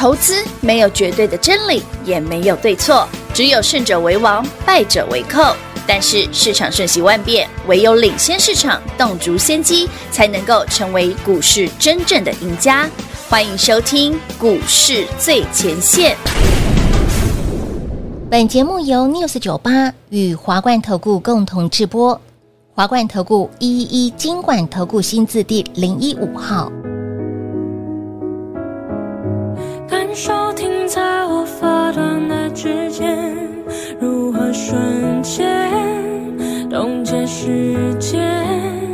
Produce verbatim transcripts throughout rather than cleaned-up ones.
投资没有绝对的真理，也没有对错，只有胜者为王，败者为寇。但是市场瞬息万变，唯有领先市场，洞烛先机，才能够成为股市真正的赢家。欢迎收听股市最前线。 本节目由 News 九十八与华冠投顾共同制播，华冠投顾一一一金管投顾新字第零一五号。 感受停在我发端的指尖，如何瞬间冻结时间，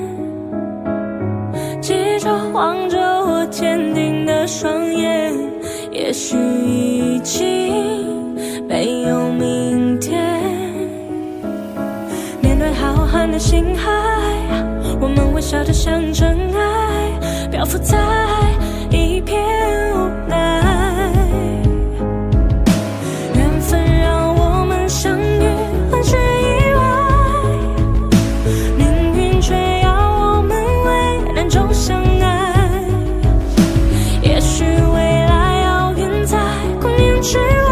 记着望着我坚定的双眼，也许已经没有明天。面对浩瀚的星海，我们微笑着像尘埃，漂浮在一片无奈。缘分让我们相遇，很是意外，命运却要我们为难中相爱。也许未来遥远在光年之外，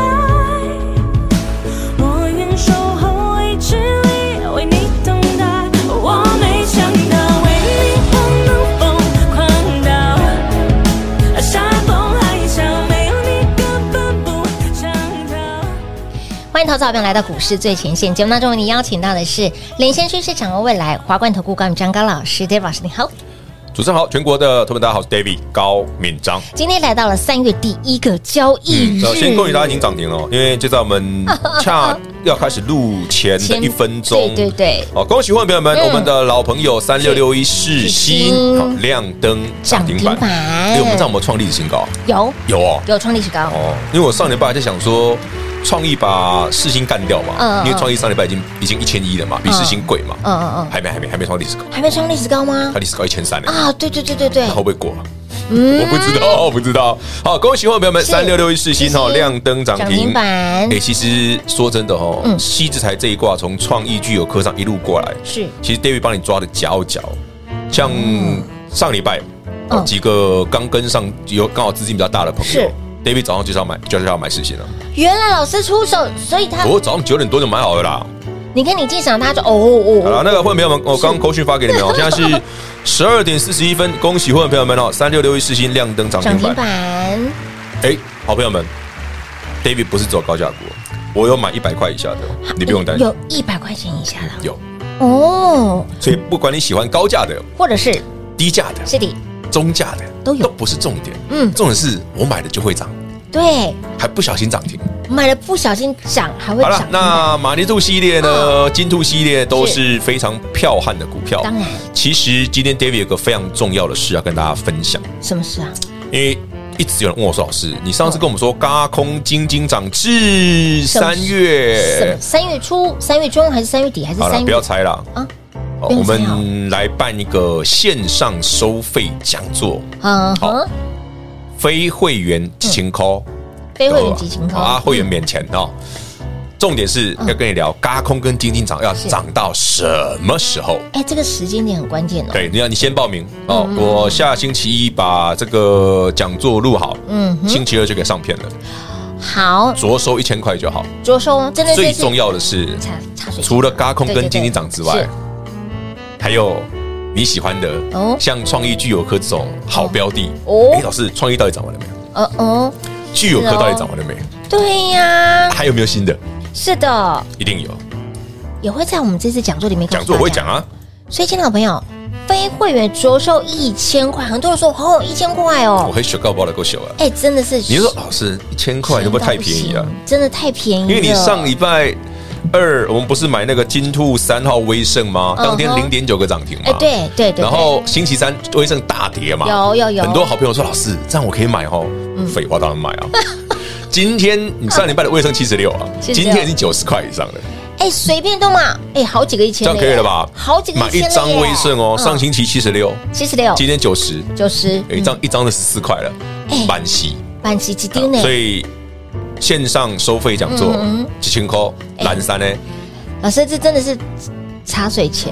我愿守候未知里为你等待。我没想到为你我能疯狂到山崩海啸，没有你根本不想逃。 欢迎投资好朋友来到股市最前线节目当中，为你邀请到的是领先趋势掌握未来华冠投顾高敏章高老师 ，David 老师你好。 主持人好，全国的投资大家好，我是 David 高敏章。 今天来到了三月第一个交易日， 嗯、先恭喜大家已经涨停了，因为就在我们恰要开始录前的一分钟， 对对对， 哦，恭喜会员朋友们，嗯、我们的老朋友三六六一世新好亮灯涨停板，哎，我们知道我们创历史新高， 有有哦， 有创历史高哦，因为我上礼拜还在想说。创意把世新干掉嘛，嗯、因为创意上礼拜已经已经一千一了嘛，比世新贵嘛，嗯嗯嗯，还没还没还没创历史高， 还没创历史高吗？ 它历史高一千三啊，对对对对对， 会不会过？嗯，我不知道，我不知道。好，恭喜会员朋友们，三六六一世新哈亮灯涨停板。哎，其实说真的哈，嗯，矽智财这一挂从创意具有科上一路过来，是，其实 David 帮你抓的脚脚，像上礼拜哦几个刚跟上有刚好资金比较大的朋友。David 早上就是要买，就是要买世新了。 原来老师出手，所以他我早上九点多就买好了啦。 你看你进场，他就哦哦。 好了，那个会员朋友们，我刚刚口讯发给你们哦，现在是十二点四十一分，恭喜会员朋友们哦，三六六一世新亮灯涨停板。哎，好朋友们 ，David 不是走高价股，我有买一百块以下的，你不用担心。 有一百块钱以下的有哦。 所以不管你喜欢高价的， 或者是低价的， 是的。 中价的都有， 都不是重点。嗯，重点是我买了就会涨， 对， 还不小心涨停， 买了不小心涨还会涨。好了， 那马尼兔系列呢，哦、金兔系列都是非常彪悍的股票。 当然，其实今天 David 有个非常重要的事要跟大家分享。 什么事啊？ 因为一直有人问我说，老师，你上次跟我们说轧空金金涨至三月， 三月初、三月中还是三月底还是三月？ 好了，不要猜了啊。我们来办一个线上收费讲座，好，非会员几千块， 非会员几千块啊，会员免钱哦。重点是要跟你聊轧空跟金金涨要涨到什么时候？ 哎，这个时间点很关键哦。 对，你要你先报名哦，我下星期一把这个讲座录好，嗯，星期二就可以上片了。 好， 着收一千块就好， 着收真的最重要的是，除了轧空跟金金涨之外。还有你喜欢的，哦、像创意具有科这种好标的，哦，哎，老师，创意到底涨完了没有？哦哦，具有科到底涨完了没？ 对呀， 还有没有新的？ 是的， 一定有， 也会在我们这次讲座里面。 讲座我会讲啊， 所以，亲爱的朋友，非会员着收一千块，很多人说哦，一千块哦， 我会学高包的够小啊， 哎，真的是， 你说老师一千块会不会太便宜啊？ 真的太便宜了， 因为你上礼拜。二，我们不是买那个金兔三号威盛吗？当天零点九个涨停嘛。 哎，对对对。 然后星期三威盛大跌嘛。 有有有。 很多好朋友说：“老师，这样我可以买哦。”废话当然买啊。今天你上礼拜的威盛七十六啊，今天已经九十块以上了。 哎，随便都嘛，哎，好几个一千， 这样可以了吧？ 好几个买一张威盛哦，上星期七十六， 七十六， 今天九十， 九十， 一张一张的十四块了，半息， 半息几丁呢？ 所以线上收费讲座几千块，蓝山呢？ 老师，这真的是茶水钱呢。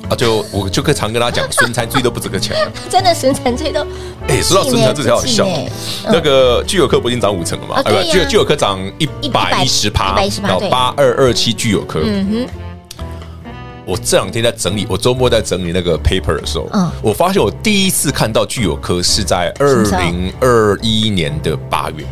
啊，就我就可以常跟他讲，孙残最都不值个钱了， 真的孙残最都。 哎，说到孙残，这才好笑。那个聚友科不已经涨五成了嘛？哎不，聚聚友科涨一百一十趴，到八二二七聚友科。嗯哼。我这两天在整理，我周末在整理那个 paper 的时候，嗯，我发现我第一次看到聚友科是在二零二一年的八月。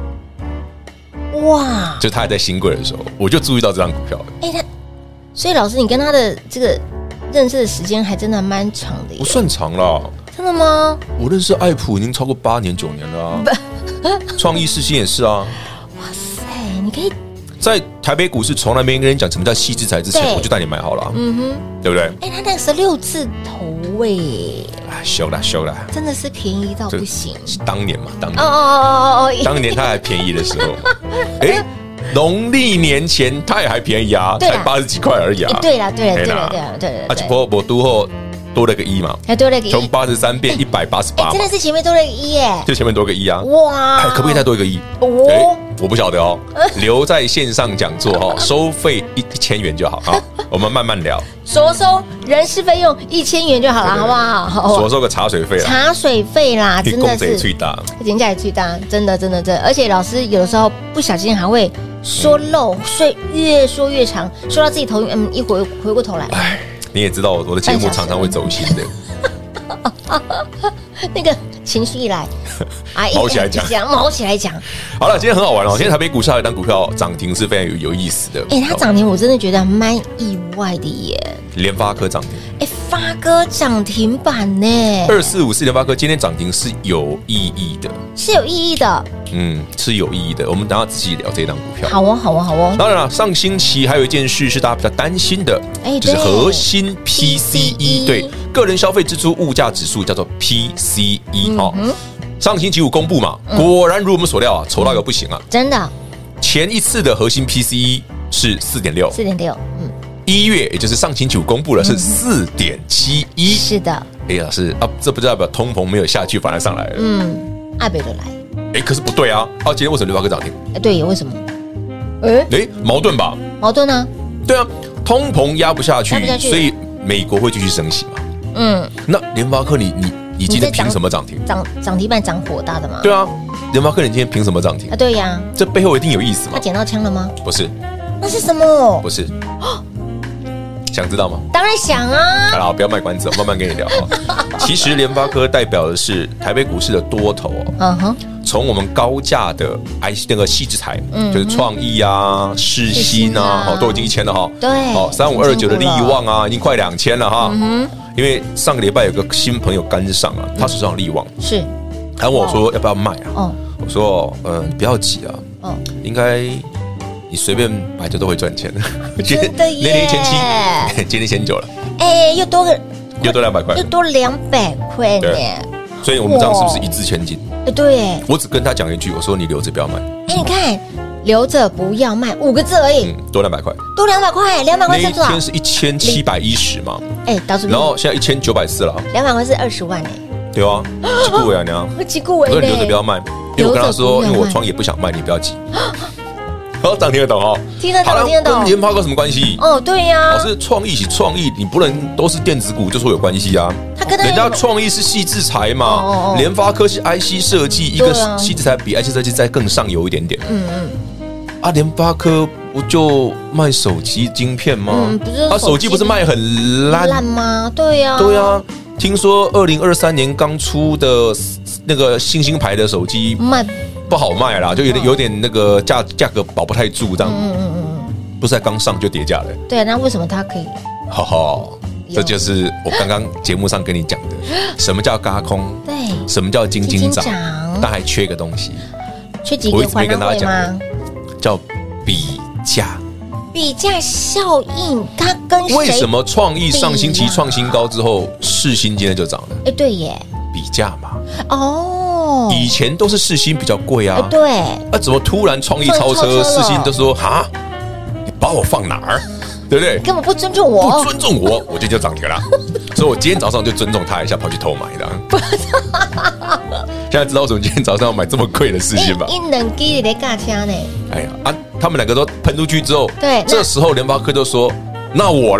哇！就他还在新贵的时候，我就注意到这张股票了。 哎，他，所以老师，你跟他的这个认识的时间还真的蛮长的耶。 不算长啦。 真的吗？ 我认识爱普已经超过八年九年了啊。创意世新也是啊。 哇塞，你可以在台北股市从来没跟人讲什么叫矽智财之前，我就带你买好了。嗯哼，对不对？ 哎，他那十六字头哎。 修啦修啦， 真的是便宜到不行。 当年嘛，当年哦哦哦哦，当年它还便宜的时候，哎，农历年前它也还便宜啊，才八十几块而已啊。 对啦对啦对啦对啦对啦， 而且波波都后多了个一嘛， 还多了个一， 从八十三变一百八十八， 真的是前面多了个一耶， 就前面多个一啊。哇，可不可以再多一个一？哦，我不晓得哦，留在线上讲座哈，收费一一千元就好啊，我们慢慢聊。 所收人事费用一千元就好了，好不好？ 所收个茶水费啦， 茶水费啦，真的是最大， 人家也最大，真的真的真的，而且老师有的时候不小心还会说漏，所以越说越长，说到自己头晕，嗯，一回回过头来，哎， 你也知道我的节目常常会走心的， 那个情绪一来， 哎，毛起来讲， 毛起来讲。 好了，今天很好玩哦。今天台北股市还有一档股票涨停是非常有有意思的。 哎，它涨停我真的觉得蛮意外的耶。 联发科涨停， 哎，发哥涨停板呢？ 二四五四联发科今天涨停是有意义的， 是有意义的。 嗯，是有意义的。我们等下仔细聊这一档股票。 好哦，好哦，好哦。 当然了，上星期还有一件事是大家比较担心的，哎，就是核心 P C E 对个人消费支出物价指数叫做 P C E 哈。上星期五公布嘛，果然如我们所料啊，丑到一个不行啊， 真的。 前一次的核心 P C E 是四点六， 四点六，嗯。 一月，也就是上星期五公布了是四点七一， 是的。 哎，老师啊，这不代表通膨没有下去，反而上来了。 嗯，爱北的来。 哎，可是不对啊！啊，今天为什么联发科涨停？ 哎，对，为什么？哎哎，矛盾吧？ 矛盾啊？ 对啊，通膨压不下去，所以美国会继续升息嘛。嗯，那联发科你你你今天凭什么涨停？ 涨涨停板涨火大的吗？ 对啊，联发科你今天凭什么涨停啊？对呀， 这背后一定有意思嘛？ 他捡到枪了吗？ 不是， 那是什么？ 不是。想知道吗？ 当然想啊！ 好了，不要卖关子，慢慢跟你聊。其实联发科代表的是台北股市的多头哦。嗯哼。从我们高价的 I C 那个矽智财，嗯，就是创意啊、世新啊，好，都已经一千了哈。 对。哦， 三五二九的力旺啊，已经快两千了哈。嗯哼。因为上个礼拜有个新朋友跟上啊，他手上有力旺， 是。 他问我说要不要卖啊？哦。我说，嗯，不要急啊。哦。应该。你随便买就都会赚钱的， 真的耶！ 那天一千七，今天一千九了， 哎，又多个， 又多两百块， 又多两百块呢。 所以我们这样是不是一掷千金？ 哎，对。 我只跟他讲一句，我说你留着不要卖。 哎，你看，留着不要卖，五个字而已， 多两百块， 多两百块，两百块是多少？ 那一天是一千七百一十嘛？ 哎，到时候， 然后现在一千九百四了， 两百块是二十万哎。 对啊，几顾伟啊娘， 几顾伟， 我说你留着不要卖，因为我跟他说，因为我创业不想卖，你不要急。好，涨听得懂哦， 听得懂，听得懂。 跟联发科什么关系？ 哦，对呀， 老师创意是创意，你不能都是电子股就说有关系啊。 他跟人家创意是矽智财嘛，联发科是 I C 设计，一个矽智财比 I C 设计再更上游一点点。嗯嗯。啊，联发科不就卖手机晶片吗？嗯，不是。啊，手机不是卖很烂烂吗？对呀， 对呀。听说二零二三年刚出的那个新兴牌的手机卖。 不好卖啦，就有点有点那个价价格保不太住这样，嗯嗯嗯，不是才刚上就跌价了。 对，那为什么它可以？ 哈哈，这就是我刚刚节目上跟你讲的，什么叫轧空？ 对， 什么叫金金涨？但还缺一个东西， 缺几点换汇吗？ 叫比价。 比价效应，它跟谁？ 为什么创意上星期创新高之后，世新今天就涨了？ 哎，对耶， 比价嘛。 哦。 以前都是世新比较贵啊， 对， 啊，怎么突然创意超车？世新都说哈，你把我放哪儿？对不对？ 根本不尊重我， 不尊重我，我就就涨停了。所以我今天早上就尊重他一下，跑去偷买的。现在知道为什么今天早上要买这么贵的世新吧？ 一能给你的价钱呢？ 哎呀啊，他们两个都喷出去之后， 对， 这时候联发科就说：“那我嘞？”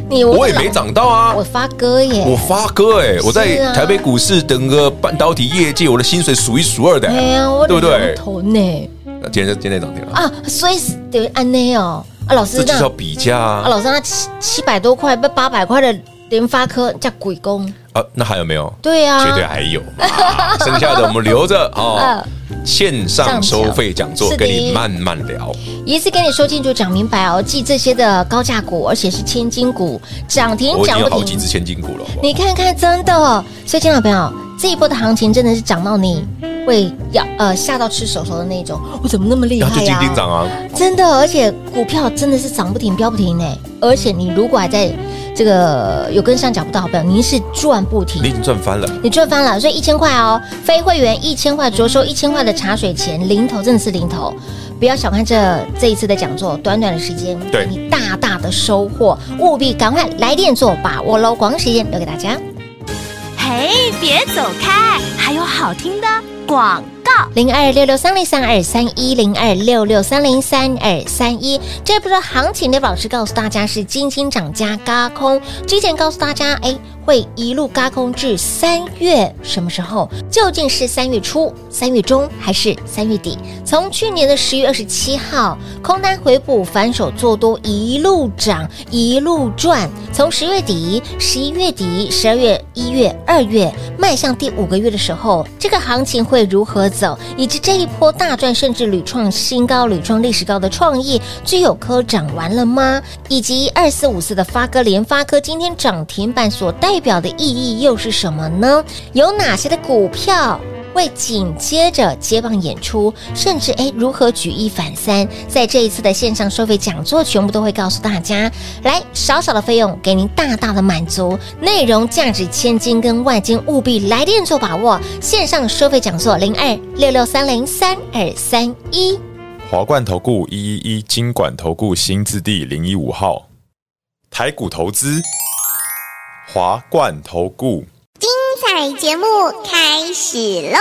你我也没涨到啊， 我发哥耶， 我发哥哎，我在台北股市整个半导体业界，我的薪水数一数二的， 哎呀，对不对？头呢？ 今天今天涨停了啊，所以得按呢哦，啊老师这就是要比价啊， 啊老师那七七百多块不八百块的联发科叫鬼工啊，那还有没有？ 对啊， 绝对还有，啊、剩下的我们留着哦。线上收费讲座跟你慢慢聊， 一次跟你说清楚讲明白哦。记这些的高价股，而且是千金股，涨停涨不停， 我已经有好几只千金股了。 你看看，真的，所以亲爱的朋友，这一波的行情真的是涨到你会要呃吓到吃手手的那种。我怎么那么厉害呀、啊？ 就金涨啊！ 真的，而且股票真的是涨不停，飙不停呢。而且你如果还在这个有跟上脚步的好朋友，您是赚不停， 你已经赚翻了， 你赚翻了。所以一千块哦，非会员一千块，着收一千块的茶水钱，零头真的是零头。不要小看这这一次的讲座，短短的时间， 对你大大的收获，务必赶快来电做把握喽！广告时间留给大家。 嘿，别走开，还有好听的广告。 零二六六三零三二三一零二六六三零三二三一，这不是行情的老师告诉大家是金星涨加轧空，之前告诉大家哎会一路轧空至三月，什么时候？究竟是三月初、三月中还是三月底？从去年的十月二十七号空单回补，反手做多，一路涨一路赚。从十月底、十一月底、十二月、一月、二月迈向第五个月的时候，这个行情会如何走？以及这一波大赚，甚至屡创新高、屡创历史高的创意，具有科涨完了吗？以及二四五四的发哥联发科今天涨停板所代表的意义又是什么呢？有哪些的股票会紧接着接棒演出，甚至哎如何举一反三？在这一次的线上收费讲座，全部都会告诉大家。来，少少的费用给您大大的满足，内容价值千金跟万金，务必来电做把握。线上收费讲座零二六六三零三二三一。 华冠投顾一一一金管投顾新字第零一五号，台股投资，华冠投顾。 彩节目开始喽！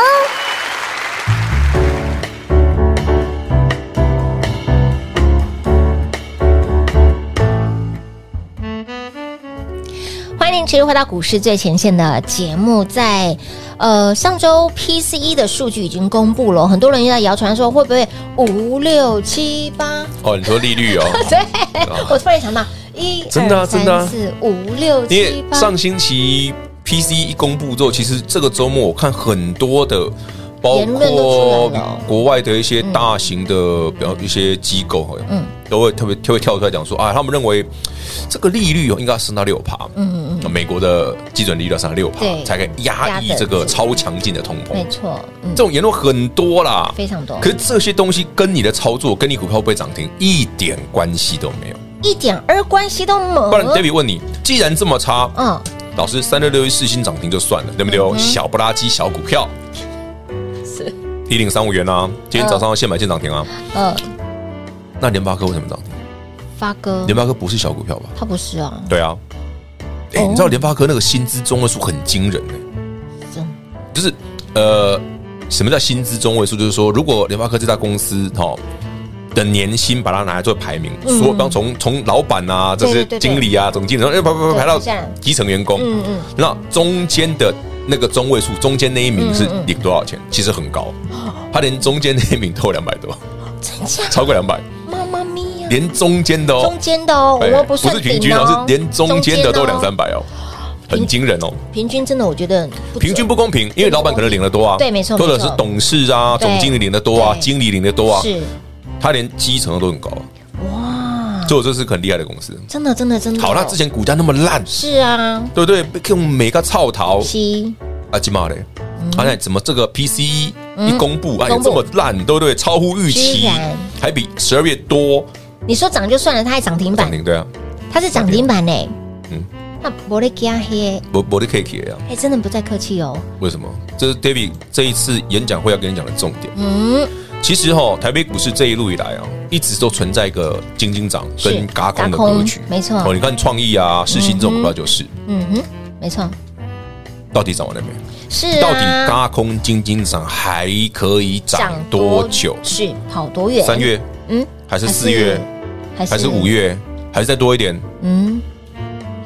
欢迎您持续回到股市最前线的节目。在呃上周 P C E 的数据已经公布了，很多人在谣传说会不会五六七八？ 哦，你说利率哦？ 对，我突然想到一真的真的四五六七八。 上星期 P C E 一公布之后，其实这个周末我看很多的，包括国外的一些大型的，比方一些机构，嗯，都会特别就会跳出来讲说啊，他们认为这个利率哦应该要升到六趴，嗯嗯，美国的基准利率要升到六趴，才可以压抑这个超强劲的通膨， 没错， 这种言论很多啦， 非常多。 可是这些东西跟你的操作，跟你股票会不会涨停一点关系都没有， 一点儿关系都没有。 不然 David 问你，既然这么差， 嗯。 老师，三六六一世新涨停就算了，对不对？嗯、小不拉几小股票是一零三五元啊，今天早上现买现涨停啊。嗯，那联发科为什么涨停？ 发哥， 联发科不是小股票吧？ 它不是啊。 对啊，哎、欸，你知道联发科那个薪资中位数很惊人哎、欸，就是呃，什么叫薪资中位数？就是说，如果联发科这家公司哈。的年薪把它拿来做排名，所有从从老板啊，这些经理啊、总经理，然后排排排到基层员工，嗯嗯，那中间的那个中位数，中间那一名是领多少钱？其实很高，他连中间那一名都有两百多，超过两百， 妈妈咪呀， 连中间的哦， 中间的哦，我们不是平均哦，是连中间的都两三百哦。很惊人哦， 平均真的我觉得平均不公平，因为老板可能领得多啊， 对，没错， 或者是董事啊、总经理领得多啊，经理领得多啊， 是。 他连基层都很高，哇！所以这是很厉害的公司， 真的，真的，真的。 好，那之前股价那么烂， 是啊， 对不对？用每个操逃， 是啊，金马嘞，啊，那怎么这个 P C E 一公布，哎，这么烂，对不对？超乎预期，还比十二月多。 你说涨就算了，它还涨停板， 涨停对啊， 它是涨停板呢。嗯，那不得加黑， 不不得客气啊， 哎，真的不再客气哦。 为什么？这是 David 这一次演讲会要跟你讲的重点。嗯。其实哈、哦，台北股市这一路以来啊，一直都存在一个金金涨跟轧空的格局， 没错。 哦，你看创意啊、世新这种股票就是， 嗯哼，没错。 到底涨完了没？ 是、啊。 到底轧空金金涨还可以涨多久？ 是跑多远？ 三月？嗯，还是四月？ 还是五月？还是再多一点？嗯，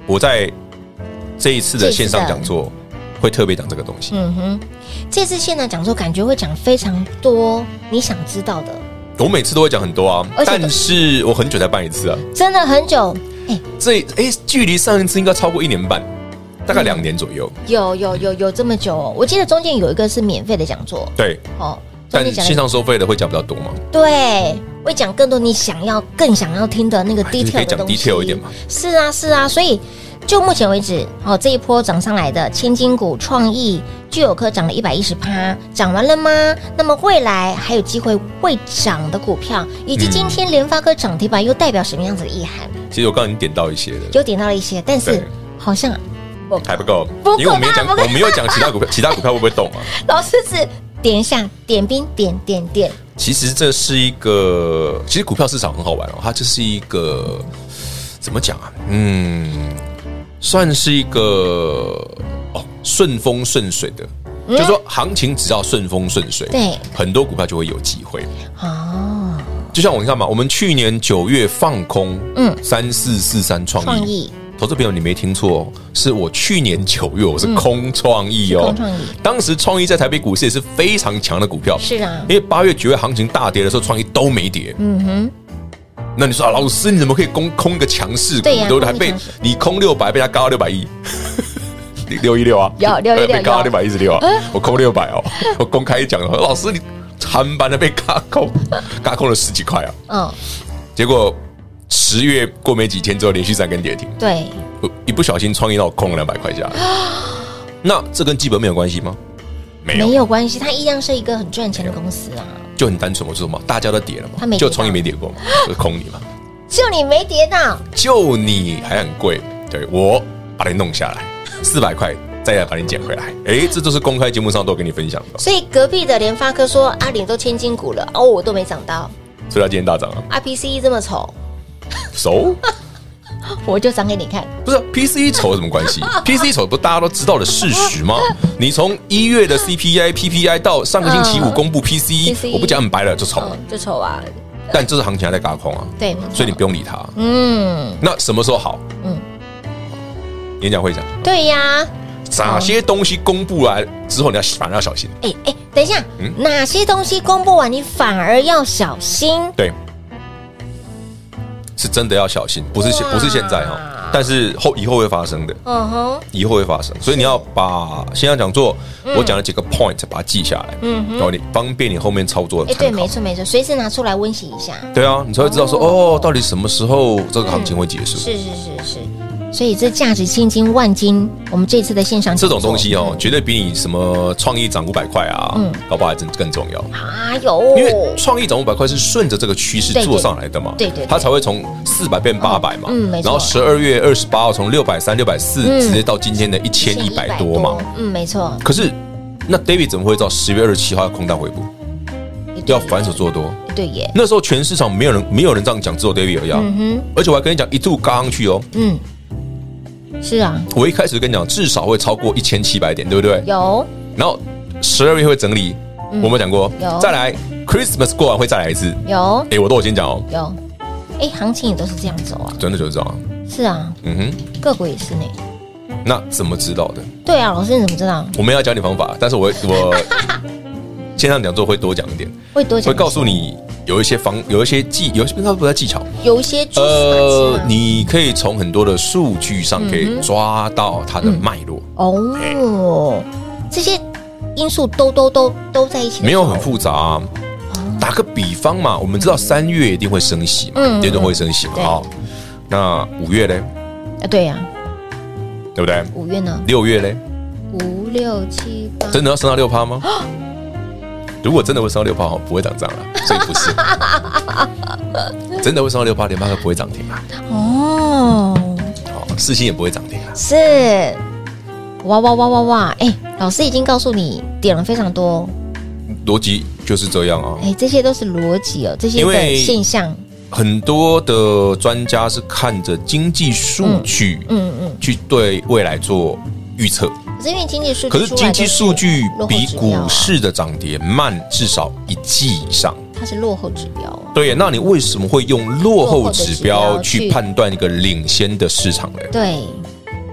我在这一次的线上讲座会特别讲这个东西。 嗯哼，这次线上讲座感觉会讲非常多你想知道的。 我每次都会讲很多啊，但是我很久才办一次啊， 真的很久。哎， 这哎，距离上一次应该超过一年半，大概两年左右。 有有有有这么久哦！我记得中间有一个是免费的讲座。 对，哦，但线上收费的会讲比较多吗？ 对，会讲更多你想要、更想要听的那个 detail 的东西。可以讲 detail 一点嘛？ 是啊，是啊，所以。就目前为止，哦，这一波涨上来的千金股、创意、聚友科涨了一百一十趴，涨完了吗？那么未来还有机会会涨的股票，以及今天联发科涨停板又代表什么样子的意涵？ 其实我刚刚已经点到一些了， 有点到了一些，但是好像还不够，因为我没讲，我没有讲其他股票，其他股票会不会动啊？ 老师是点一下，点兵，点点点。 其实这是一个，其实股票市场很好玩哦，它就是一个怎么讲啊？嗯。算是一个哦顺风顺水的，嗯、就是说行情只要顺风顺水， 对， 很多股票就会有机会哦。 就像我看嘛，我们去年九月放空，嗯，三四四三创意， 创意投资朋友你没听错哦，是我去年九月我是空创意哦， 空创意， 当时创意在台北股市也是非常强的股票， 是啊， 因为八月九月行情大跌的时候，创意都没跌，嗯哼。那你说啊，老师你怎么可以空空一个强势股？对不对？还被你空六百，被他嘎到六百一，六一六啊， 有六一六， 被嘎到六百一十六啊，我空六百哦，我公开讲了，老师你韩版的被嘎空，嘎空了十几块啊，嗯，结果十月过没几天之后，连续三根跌停， 对， 一不小心创意让我空了两百块下来，那这跟基本面有关系吗？ 没有，没有关系，它一样是一个很赚钱的公司啊。 就很单纯，我说嘛，大家都跌了嘛，就创意没跌过嘛，就是空你嘛， 就你没跌到， 就你还很贵，对我把你弄下来，四百块再来把你捡回来，哎，这都是公开节目上都跟你分享的。 所以隔壁的联发科说阿里都千金股了，哦，我都没涨到， 所以它今天大涨啊。 啊 ，P C E 这么丑， 熟。 我就涨给你看， 不是 P C E 丑有什么关系？P C E 丑不大家都知道的事实吗？你从一月的 C P I、P P I 到上个星期五公布 P C E， 我不讲很白了，就丑了， 就丑啊！ 但这是行情还在軋空啊， 对， 所以你不用理它。嗯，那什么时候好？嗯，演讲会讲。 对呀， 哪些东西公布来之后，你要反而要小心。 哎哎，等一下，哪些东西公布完，你反而要小心？ 对。是真的要小心，不是不是现在哈，但是后以后会发生的，嗯哼，以后会发生，所以你要把线上讲座我讲了几个 point 把它记下来，嗯，然后你方便你后面操作的参考。 对，没错没错，随时拿出来温习一下。 对啊，你才会知道说哦，到底什么时候这个行情会结束？ 是是是是。所以这价值千金万金，我们这次的线上这种东西哦，绝对比你什么创意涨五百块啊，嗯，搞不好还真更重要。 啊有， 因为创意涨五百块是顺着这个趋势做上来的嘛， 对对， 它才会从四百变八百嘛，嗯，没错。然后十二月二十八号从六百三、六百四直接到今天的一千一百多嘛， 嗯，没错。 可是那 David 怎么会知道十月二十七号要空单回补？要反手做多， 对耶。 那时候全市场没有人没有人这样讲，只有 David 而已。嗯哼，而且我还跟你讲，一度嘎上去哦。嗯。 是啊， 我一开始跟你讲，至少会超过一千七百点，对不对？ 有。 然后十二月会整理，嗯、我们讲过。 有。 再来 ，Christmas 过完会再来一次。 有。 哎，我都有先讲哦。 有。哎，行情也都是这样走啊。 真的就是这样啊。 是啊。嗯哼。个股也是呢。 那怎么知道的？ 对啊，老师你怎么知道？ 我们要教你方法，但是我我线上讲座会多讲一点， 会多讲， 会告诉你。有一些方，有一些技，有一些应该不在技巧， 有一些呃，你可以从很多的数据上可以抓到它的脉络、 嗯、哦，这些因素都都都都在一起， 没有很复杂、啊。打个比方嘛，我们知道三月一定会升息嘛，联总会升息嘛，好，那五月嘞？ 啊，对呀、啊， 对不对？ 五月呢？ 六月嘞？ 五六七八， 真的要升到六趴吗？如果真的会升到六趴，不会涨涨了，所以不是。真的会升到六趴，联发科不会涨停啊。哦，哦，世芯也不会涨停啊。 是，哇哇哇哇哇！哎，老师已经告诉你点了非常多， 逻辑就是这样啊。 哎，这些都是逻辑哦，这些的现象。 很多的专家是看着经济数据，嗯嗯，去对未来做预测。 可是因为经济数据， 可是经济数据比股市的涨跌慢至少一季以上， 它是落后指标、啊。 对，那你为什么会用落后指标去判断一个领先的市场呢？ 对，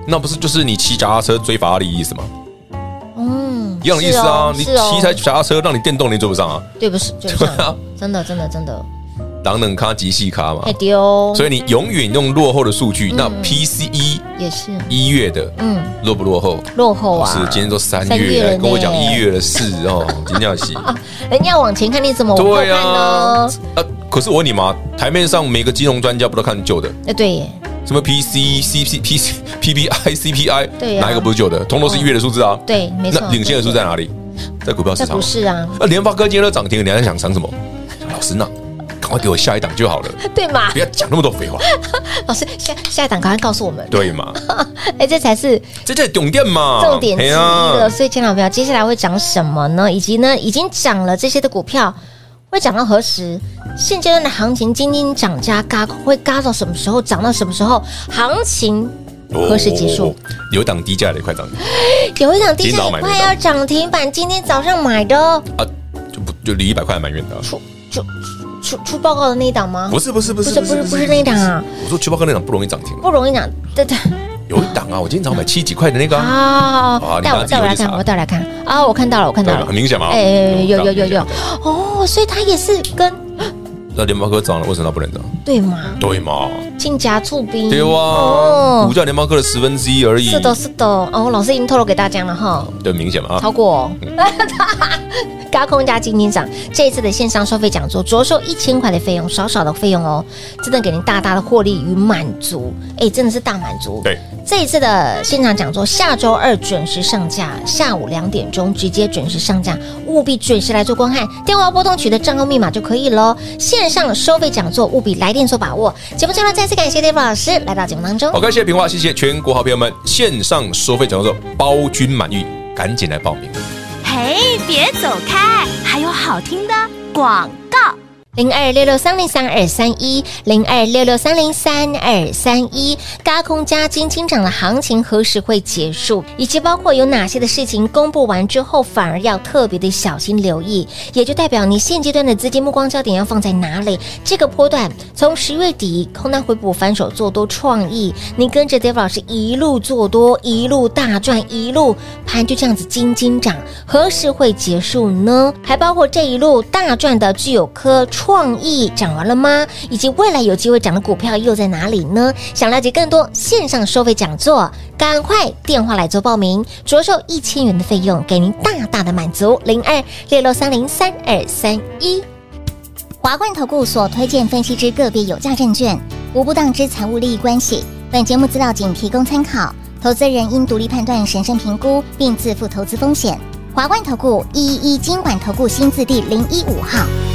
那不是就是你骑脚踏车追法拉利意思吗？ 嗯， 一样的意思啊！你是哦骑一台脚踏车，让你电动你追不上啊？ 对不是？追不上，真的真的真的。 狼人咖、极细咖嘛， 太丢。 所以你永远用落后的数据，那 P C E 也是一月的，嗯，落不落后？ 落后啊！ 是今天都三月了，跟我讲一月的事哦，今天要洗。 人家往前看，你怎么往后看呢？ 啊，可是我问你嘛，台面上每个金融专家不都看旧的？ 哎，对耶。 什么 P C、C P、P C、P P I、C P I， 对， 哪一个不是旧的？通通是一月的数字啊。 对，没错。 那领先的数字在哪里？在股票市场。 在股市啊。 那联发科今天都涨停了，你还在想涨什么？老师呢？赶快给我下一档就好了， 对嘛？ 不要讲那么多废话。 老师，下下一档赶快告诉我们， 对嘛？ 哎，这才是这才重点嘛， 重点之一了。所以，亲爱的朋友，接下来会涨什么呢？以及呢，已经涨了这些的股票会涨到何时？现阶段的行情，今天涨价嘎会嘎到什么时候？涨到什么时候？行情何时结束？ 有一档低价的快涨停， 有一档低价的快要涨停板，今天早上买的啊， 就不就离一百块还蛮远的， 出就。出出报告的那一档吗？ 不是不是不是不是不是不是那一档啊！ 我说出报告那档不容易涨停， 不容易涨，对对。 有一档啊，我今天早上买七几块的那个啊，带我带我来看，我带我来看啊，我看到了，我看到了， 很明显吗？ 哎，有有有有哦，所以它也是跟那联发科涨了，为什么它不能涨？ 对吗？ 对嘛？ 进加促兵， 对哇，股价联发科的十分之一而已。 是的，是的。哦，老师已经透露给大家了哈。 对，明显嘛？ 超过。高空加金金涨，这一次的线上收费讲座，着收一千块的费用，少少的费用哦，真的给您大大的获利与满足。哎，真的是大满足。 对， 这一次的现场讲座，下周二准时上架，下午两点钟直接准时上架，务必准时来做观看，电话拨通取得账号密码就可以喽。线上收费讲座，务必来电做把握。节目最后再次感谢 David 老师来到节目当中， 好，感谢平话，谢谢全国好朋友们，线上收费讲座包君满意，赶紧来报名。 嘿，别走开，还有好听的广告。 零二六六三零三二三一，零二六六三零三二三一，高空加金金涨的行情何时会结束？以及包括有哪些的事情公布完之后，反而要特别的小心留意，也就代表你现阶段的资金目光焦点要放在哪里？这个波段从十月底空单回补反手做多创意，你跟着 David 老师一路做多，一路大赚，一路盘就这样子金金涨，何时会结束呢？还包括这一路大赚的具有科创意涨完了吗？以及未来有机会涨的股票又在哪里呢？想了解更多线上收费讲座，赶快电话来做报名，着收一千元的费用，给您大大的满足。零二六六三零三二三一。 华冠投顾所推荐分析之个别有价证券，无不当之财务利益关系。本节目资料仅提供参考，投资人应独立判断、审慎评估，并自负投资风险。华冠投顾一一一金管投顾新字第零一五号。